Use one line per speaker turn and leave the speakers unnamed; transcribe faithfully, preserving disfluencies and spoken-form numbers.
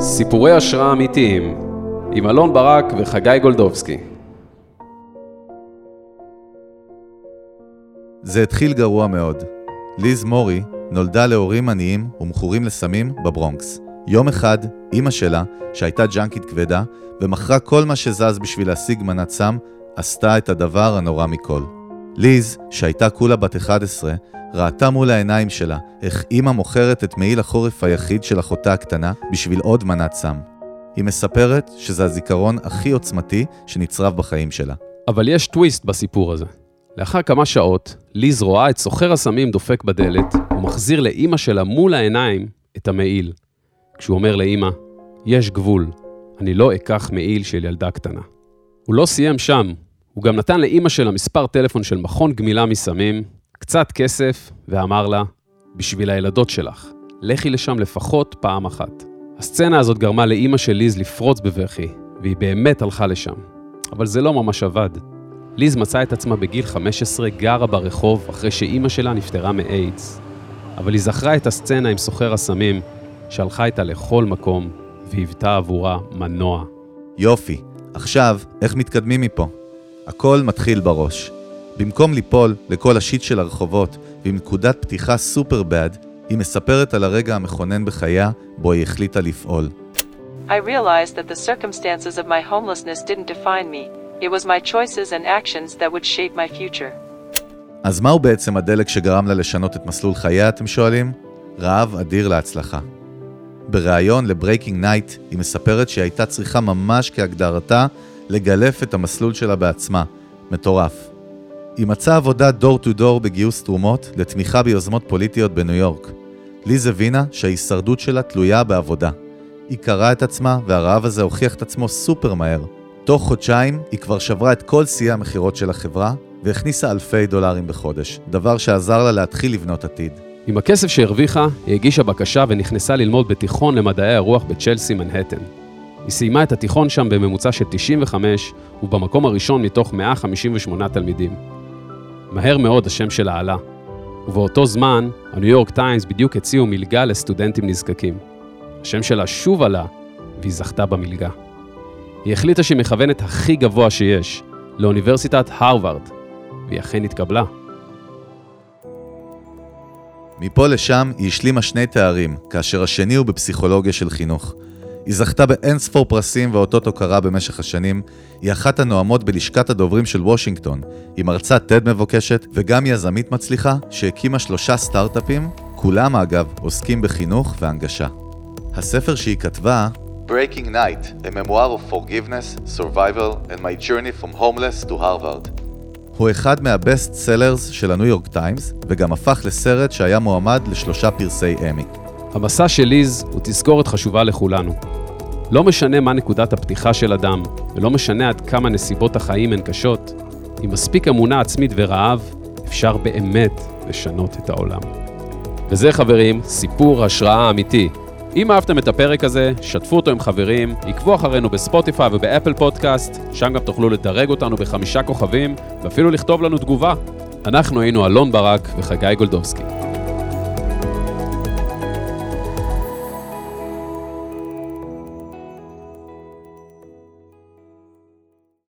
סיפורי השראה אמיתיים עם אלון ברק וחגי גולדובסקי.
זה התחיל גרוע מאוד. ליז מורי נולדה להורים עניים ומכורים לסמים בברונקס. יום אחד, אמא שלה, שהייתה ג'אנקית כבדה ומכרה כל מה שזז בשביל להשיג מנת סם, עשתה את הדבר הנורא מכל. ליז, שהייתה כולה בת אחת עשרה, ראתה מול העיניים שלה איך אמא מוכרת את מעיל החורף היחיד של אחותה הקטנה בשביל עוד מנת סם. היא מספרת שזה הזיכרון הכי עוצמתי שנצרב בחיים שלה.
אבל יש טוויסט בסיפור הזה. לאחר כמה שעות, ליז רואה את סוחר הסמים דופק בדלת ומחזיר לאמא שלה מול העיניים את המעיל. כשהוא אומר לאמא, יש גבול, אני לא אקח מעיל של ילדה קטנה. הוא לא סיים שם, הוא גם נתן לאמא שלה מספר טלפון של מכון גמילה מסמים, קצת כסף, ואמר לה, בשביל הילדות שלך, לכי לשם לפחות פעם אחת. הסצנה הזאת גרמה לאמא של ליז לפרוץ בבכי, והיא באמת הלכה לשם. אבל זה לא ממש עבד. ליז מצאה את עצמה בגיל חמש עשרה גרה ברחוב אחרי שאמא שלה נפטרה מאיידס. אבל היא זכרה את הסצנה עם סוחר הסמים, שהלכה איתה לכל מקום, והיוותה עבורה מנוע.
יופי, עכשיו איך מתקדמים מפה? הכל מתחיל בראש. במקום ליפול לכל השיט של הרחובות ועם נקודת פתיחה סופר בד, היא מספרת על הרגע המכונן בחייה בו היא החליטה לפעול.
I realized that the circumstances of my homelessness didn't define me. It was my choices and actions that would shape my future.
אז מהו בעצם הדלק שגרם לה לשנות את מסלול חייה, אתם שואלים? רעב אדיר להצלחה. בריאיון לברייקינג נייט היא מספרת שהיא הייתה צריכה ממש כהגדרתה לגלף את המסלול שלה בעצמה. מטורף. היא מצאה עבודה דור טו דור בגיוס תרומות לתמיכה ביוזמות פוליטיות בניו יורק. ליז הבינה שההישרדות שלה תלויה בעבודה. היא קראה את עצמה והרעב הזה הוכיח את עצמו סופר מהר. תוך חודשיים היא כבר שברה את כל שיאי המחירות של החברה והכניסה אלפי דולרים בחודש, דבר שעזר לה להתחיל לבנות עתיד.
עם הכסף שהרוויחה, היא הגישה בקשה ונכנסה ללמוד בתיכון למדעי הרוח בצ'לסי, מנהטן. היא סיימה את התיכון שם בממוצע של תשעים וחמש ובמקום הראשון מתוך מאה חמישים ושמונה תלמידים. מהר מאוד השם שלה עלה, ובאותו זמן הניו יורק טיימס בדיוק הציעו מלגה לסטודנטים נזקקים. השם שלה שוב עלה, והיא זכתה במלגה. היא החליטה שהיא מכוונת הכי גבוה שיש, לאוניברסיטת הרווארד, והיא אכן התקבלה.
מפה לשם היא השלימה שני תארים, כאשר השני הוא בפסיכולוגיה של חינוך. היא זכתה באין ספור פרסים ואותות הוקרה במשך השנים. היא אחת הנואמות בלשכת הדוברים של וושינגטון. היא מרצה טד מבוקשת וגם יזמית מצליחה שהקימה שלושה סטארט-אפים, כולם אגב עוסקים בחינוך והנגשה. הספר שהיא כתבה, Breaking Night, a memoir of forgiveness, survival and my journey from homeless to Harvard. הוא אחד מהבסט סלרס של הניו יורק טיימס וגם הפך לסרט שהיה מועמד לשלושה פרסי אמי.
המסע של ליז הוא תזכורת חשובה לכולנו. לא משנה מה נקודת הפתיחה של אדם, ולא משנה עד כמה נסיבות החיים הן קשות, עם מספיק אמונה עצמית ורעב, אפשר באמת לשנות את העולם. וזה חברים, סיפור השראה אמיתי. אם אהבתם את הפרק הזה, שתפו אותו עם חברים, עקבו אחרינו בספוטיפיי ובאפל פודקאסט, שם גם תוכלו לדרג אותנו בחמישה כוכבים, ואפילו לכתוב לנו תגובה. אנחנו היינו אלון ברק וחגי גולדובסקי.